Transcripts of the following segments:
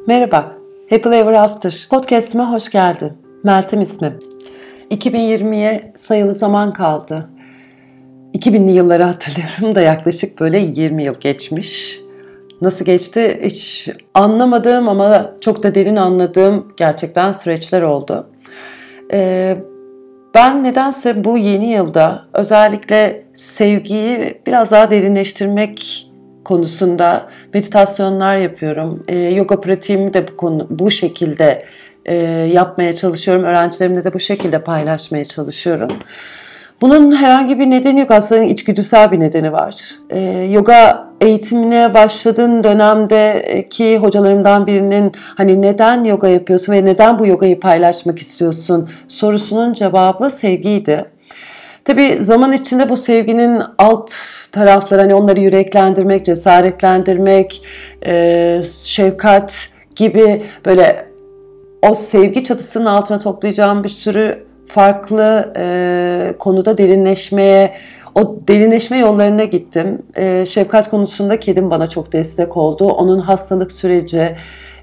Merhaba, Happily Ever After podcast'ime hoş geldin. Meltem ismim. 2020'ye sayılı zaman kaldı. 2000'li yılları hatırlıyorum da yaklaşık böyle 20 yıl geçmiş. Nasıl geçti hiç anlamadığım ama çok da derin anladığım gerçekten süreçler oldu. Ben nedense bu yeni yılda özellikle sevgiyi biraz daha derinleştirmek konusunda meditasyonlar yapıyorum. Yoga pratiğimi de bu şekilde yapmaya çalışıyorum. Öğrencilerimle de bu şekilde paylaşmaya çalışıyorum. Bunun herhangi bir nedeni yok. Aslında içgüdüsel bir nedeni var. Yoga eğitimine başladığım dönemdeki hocalarımdan birinin hani neden yoga yapıyorsun ve neden bu yogayı paylaşmak istiyorsun sorusunun cevabı sevgiydi. Tabii zaman içinde bu sevginin alt tarafları, hani onları yüreklendirmek, cesaretlendirmek, şefkat gibi böyle o sevgi çatısının altına toplayacağım bir sürü farklı konuda derinleşmeye, o derinleşme yollarına gittim. Şefkat konusunda kedim bana çok destek oldu. Onun hastalık süreci,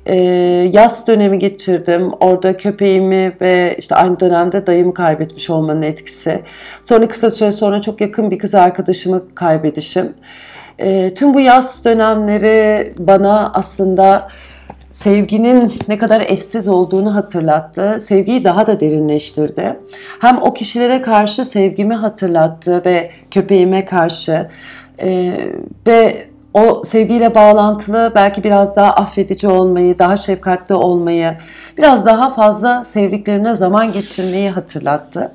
yaz dönemi geçirdim. Orada köpeğimi ve işte aynı dönemde dayımı kaybetmiş olmanın etkisi. Sonra kısa süre sonra çok yakın bir kız arkadaşımı kaybedişim. Tüm bu yaz dönemleri bana aslında sevginin ne kadar eşsiz olduğunu hatırlattı. Sevgiyi daha da derinleştirdi. Hem o kişilere karşı sevgimi hatırlattı ve köpeğime karşı ve o sevgiyle bağlantılı belki biraz daha affedici olmayı, daha şefkatli olmayı, biraz daha fazla sevdiklerine zaman geçirmeyi hatırlattı.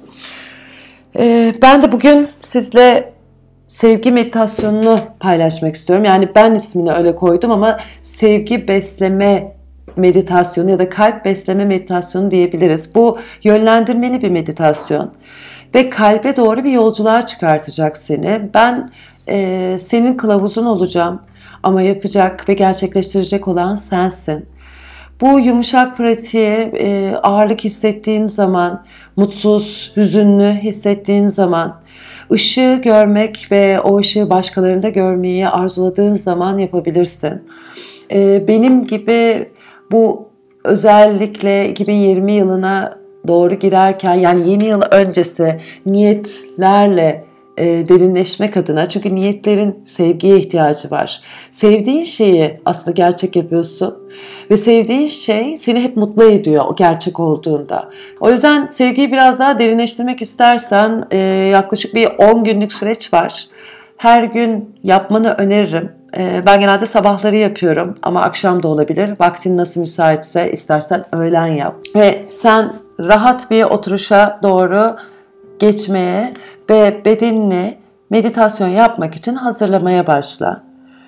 Ben de bugün sizle sevgi meditasyonunu paylaşmak istiyorum. Yani ben ismini öyle koydum ama sevgi besleme meditasyonu ya da kalp besleme meditasyonu diyebiliriz. Bu yönlendirmeli bir meditasyon ve kalbe doğru bir yolculuğa çıkartacak seni. Ben senin kılavuzun olacağım ama yapacak ve gerçekleştirecek olan sensin. Bu yumuşak pratiğe ağırlık hissettiğin zaman, mutsuz, hüzünlü hissettiğin zaman, ışığı görmek ve o ışığı başkalarında görmeyi arzuladığın zaman yapabilirsin. Benim gibi bu özellikle 2020 yılına doğru girerken, yani yeni yıl öncesi niyetlerle derinleşmek adına, çünkü niyetlerin sevgiye ihtiyacı var. Sevdiğin şeyi aslında gerçek yapıyorsun ve sevdiğin şey seni hep mutlu ediyor o gerçek olduğunda. O yüzden sevgiyi biraz daha derinleştirmek istersen yaklaşık bir 10 günlük süreç var. Her gün yapmanı öneririm. Ben genelde sabahları yapıyorum ama akşam da olabilir. Vaktin nasıl müsaitse istersen öğlen yap. Ve sen rahat bir oturuşa doğru geçmeye ve bedenini meditasyon yapmak için hazırlamaya başla.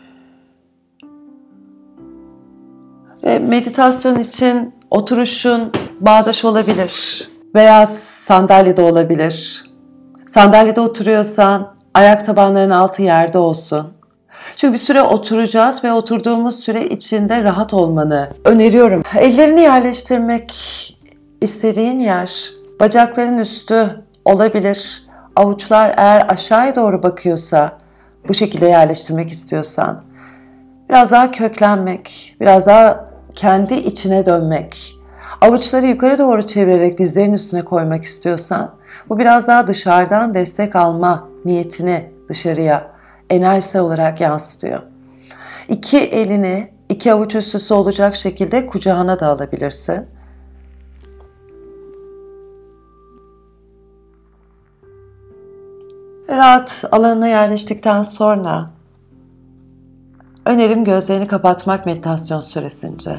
Ve meditasyon için oturuşun bağdaş olabilir veya sandalyede olabilir. Sandalyede oturuyorsan ayak tabanlarının altı yerde olsun. Çünkü bir süre oturacağız ve oturduğumuz süre içinde rahat olmanı öneriyorum. Ellerini yerleştirmek istediğin yer bacakların üstü olabilir. Avuçlar eğer aşağıya doğru bakıyorsa, bu şekilde yerleştirmek istiyorsan, biraz daha köklenmek, biraz daha kendi içine dönmek, avuçları yukarı doğru çevirerek dizlerin üstüne koymak istiyorsan, bu biraz daha dışarıdan destek alma niyetini dışarıya enerjisel olarak yansıtıyor. İki elini iki avuç üst üste olacak şekilde kucağına da alabilirsin. Rahat alanına yerleştikten sonra önerim gözlerini kapatmak meditasyon süresince.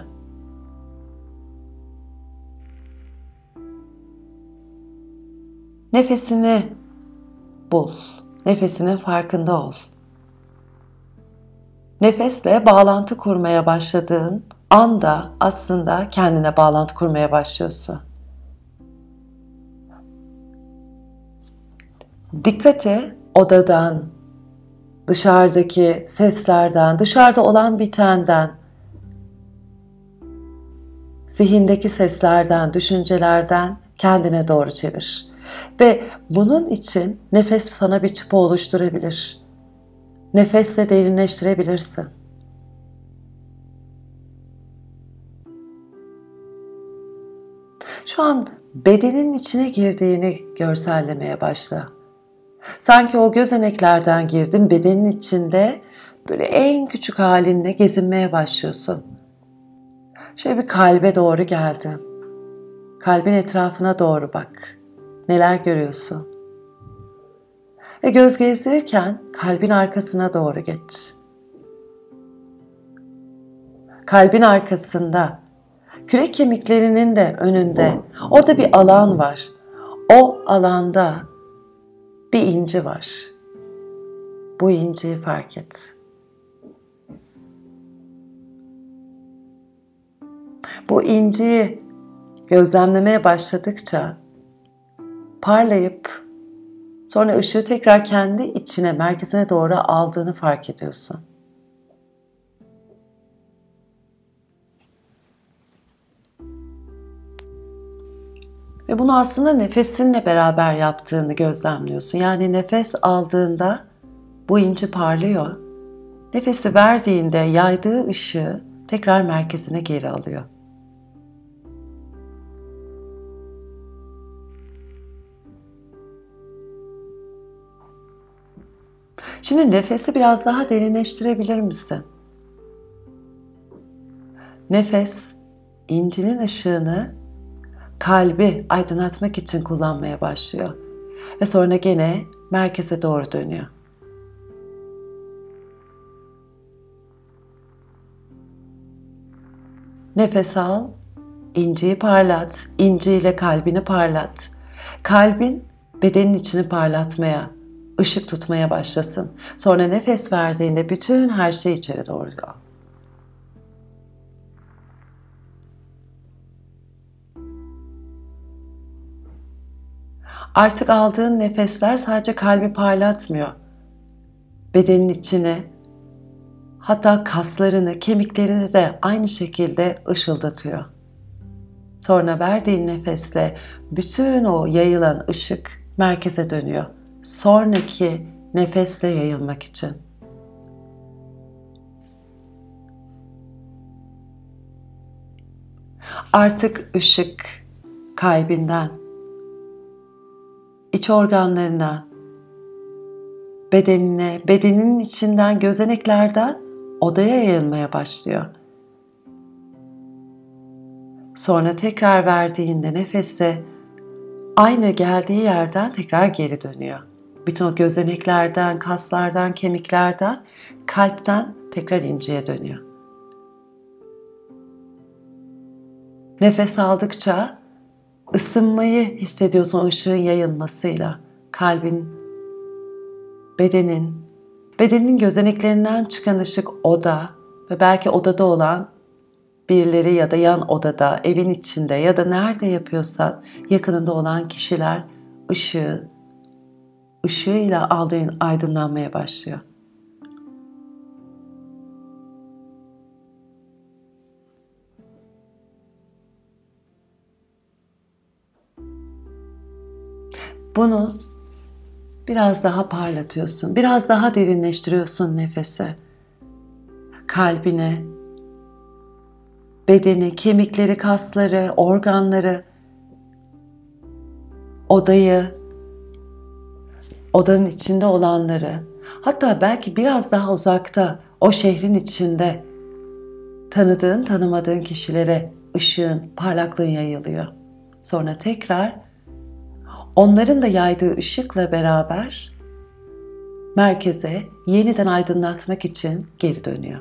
Nefesini bul. Nefesinin farkında ol. Nefesle bağlantı kurmaya başladığın anda aslında kendine bağlantı kurmaya başlıyorsun. Dikkati odadan, dışarıdaki seslerden, dışarıda olan bitenden, zihindeki seslerden, düşüncelerden kendine doğru çevir. Ve bunun için nefes sana bir çıpa oluşturabilir. Nefesle derinleştirebilirsin. Şu an bedenin içine girdiğini görsellemeye başla. Sanki o gözeneklerden girdin, bedenin içinde böyle en küçük halinle gezinmeye başlıyorsun. Şöyle bir kalbe doğru geldin. Kalbin etrafına doğru bak. Neler görüyorsun? Ve göz gezdirirken kalbin arkasına doğru geç. Kalbin arkasında, kürek kemiklerinin de önünde, orada bir alan var. O alanda bir inci var. Bu inciyi fark et. Bu inciyi gözlemlemeye başladıkça parlayıp sonra ışığı tekrar kendi içine, merkezine doğru aldığını fark ediyorsun. Ve bunu aslında nefesinle beraber yaptığını gözlemliyorsun. Yani nefes aldığında bu inci parlıyor. Nefesi verdiğinde yaydığı ışığı tekrar merkezine geri alıyor. Şimdi nefesi biraz daha derinleştirebilir misin? Nefes, incinin ışığını kalbi aydınlatmak için kullanmaya başlıyor. Ve sonra gene merkeze doğru dönüyor. Nefes al, inciyi parlat, inciyle kalbini parlat. Kalbin bedenin içini parlatmaya, ışık tutmaya başlasın. Sonra nefes verdiğinde bütün her şey içeri doğru al. Artık aldığın nefesler sadece kalbi parlatmıyor. Bedenin içini, hatta kaslarını, kemiklerini de aynı şekilde ışıldatıyor. Sonra verdiğin nefesle bütün o yayılan ışık merkeze dönüyor. Sonraki nefesle yayılmak için. Artık ışık kalbinden, iç organlarına, bedenine, bedenin içinden, gözeneklerden odaya yayılmaya başlıyor. Sonra tekrar verdiğinde nefese aynı geldiği yerden tekrar geri dönüyor. Bütün o gözeneklerden, kaslardan, kemiklerden, kalpten tekrar inciye dönüyor. Nefes aldıkça ısınmayı hissediyorsun ışığın yayılmasıyla. Kalbin, bedenin gözeneklerinden çıkan ışık oda ve belki odada olan birileri ya da yan odada, evin içinde ya da nerede yapıyorsan yakınında olan kişiler ışığıyla aldığın aydınlanmaya başlıyor. Bunu biraz daha parlatıyorsun, biraz daha derinleştiriyorsun nefesi. Kalbine, bedeni, kemikleri, kasları, organları, odayı, odanın içinde olanları, hatta belki biraz daha uzakta, o şehrin içinde tanıdığın, tanımadığın kişilere ışığın, parlaklığın yayılıyor. Sonra tekrar onların da yaydığı ışıkla beraber merkeze yeniden aydınlatmak için geri dönüyor.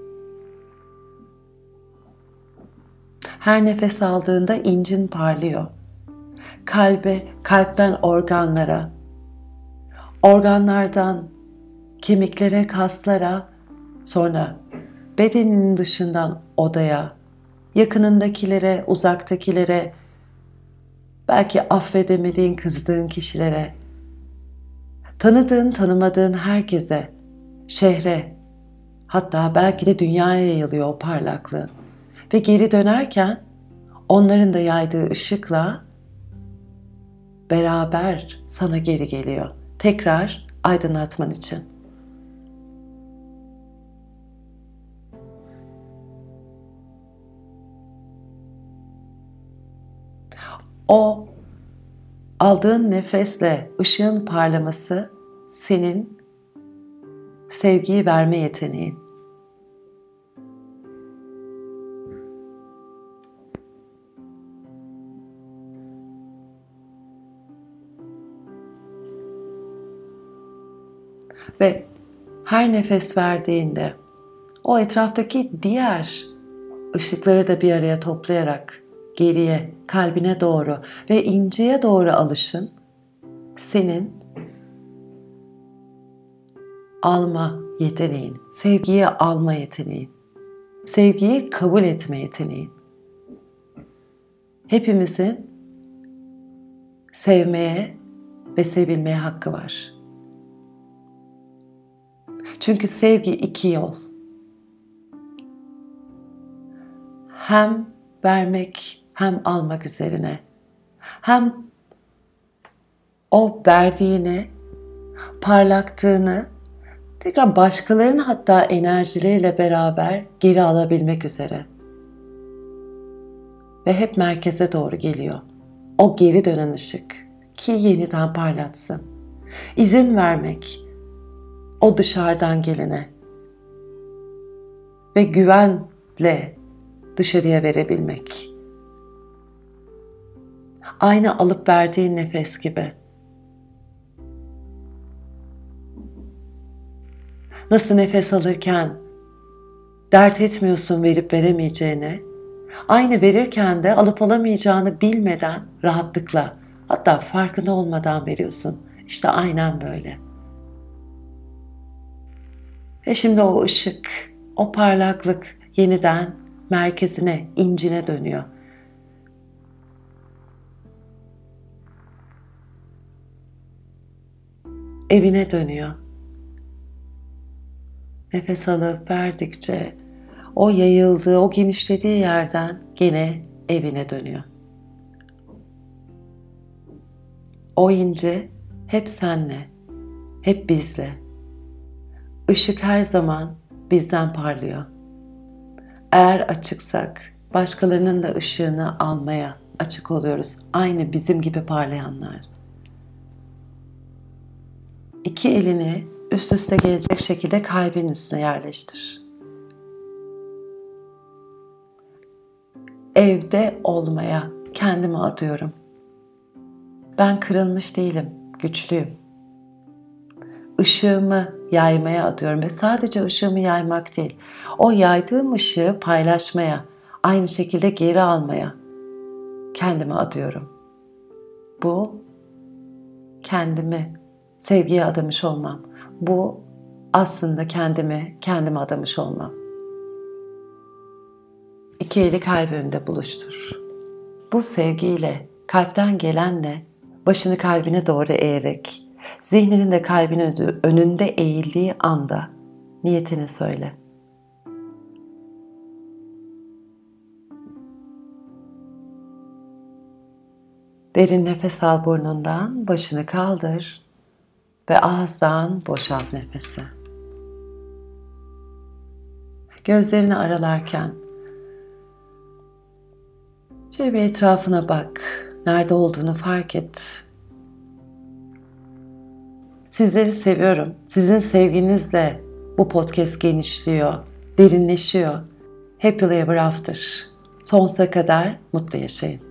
Her nefes aldığında incin parlıyor. Kalbe, kalpten organlara, organlardan kemiklere, kaslara, sonra bedeninin dışından odaya, yakınındakilere, uzaktakilere, belki affedemediğin, kızdığın kişilere, tanıdığın, tanımadığın herkese, şehre, hatta belki de dünyaya yayılıyor o parlaklığın. Ve geri dönerken onların da yaydığı ışıkla beraber sana geri geliyor. Tekrar aydınlatman için. O aldığın nefesle ışığın parlaması senin sevgiyi verme yeteneğin. Ve her nefes verdiğinde o etraftaki diğer ışıkları da bir araya toplayarak geriye, kalbine doğru ve inciye doğru alışın senin alma yeteneğin, sevgiyi alma yeteneğin, sevgiyi kabul etme yeteneğin. Hepimizin sevmeye ve sevilmeye hakkı var. Çünkü sevgi iki yol. Hem vermek hem almak üzerine. Hem o verdiğini, parlaklığını tekrar başkalarının hatta enerjileriyle beraber geri alabilmek üzere. Ve hep merkeze doğru geliyor. O geri dönen ışık ki yeniden parlatsın. İzin vermek o dışarıdan gelene ve güvenle dışarıya verebilmek. Aynı alıp verdiğin nefes gibi. Nasıl nefes alırken dert etmiyorsun verip veremeyeceğine, aynı verirken de alıp alamayacağını bilmeden rahatlıkla, hatta farkında olmadan veriyorsun. İşte aynen böyle. Ve şimdi o ışık, o parlaklık yeniden merkezine, incine dönüyor. Evine dönüyor. Nefes alıp verdikçe o yayıldığı, o genişlediği yerden gene evine dönüyor. O ince hep senle, hep bizle. Işık her zaman bizden parlıyor. Eğer açıksak başkalarının da ışığını almaya açık oluyoruz. Aynı bizim gibi parlayanlar. İki elini üst üste gelecek şekilde kalbin üstüne yerleştir. Evde olmaya kendimi adıyorum. Ben kırılmış değilim, güçlüyüm. Işığımı yaymaya adıyorum ve sadece ışığımı yaymak değil, o yaydığım ışığı paylaşmaya, aynı şekilde geri almaya kendimi adıyorum. Bu kendimi sevgiye adamış olmam. Bu aslında kendime adamış olmam. İki eli kalp önünde buluştur. Bu sevgiyle, kalpten gelenle başını kalbine doğru eğerek, zihninin de kalbinin önünde eğildiği anda niyetini söyle. Derin nefes al burnundan, başını kaldır ve ağızdan boşalt nefesi. Gözlerini aralarken şöyle bir etrafına bak, nerede olduğunu fark et. Sizleri seviyorum. Sizin sevginizle bu podcast genişliyor, derinleşiyor. Happily Ever After. Sonsuza kadar mutlu yaşayın.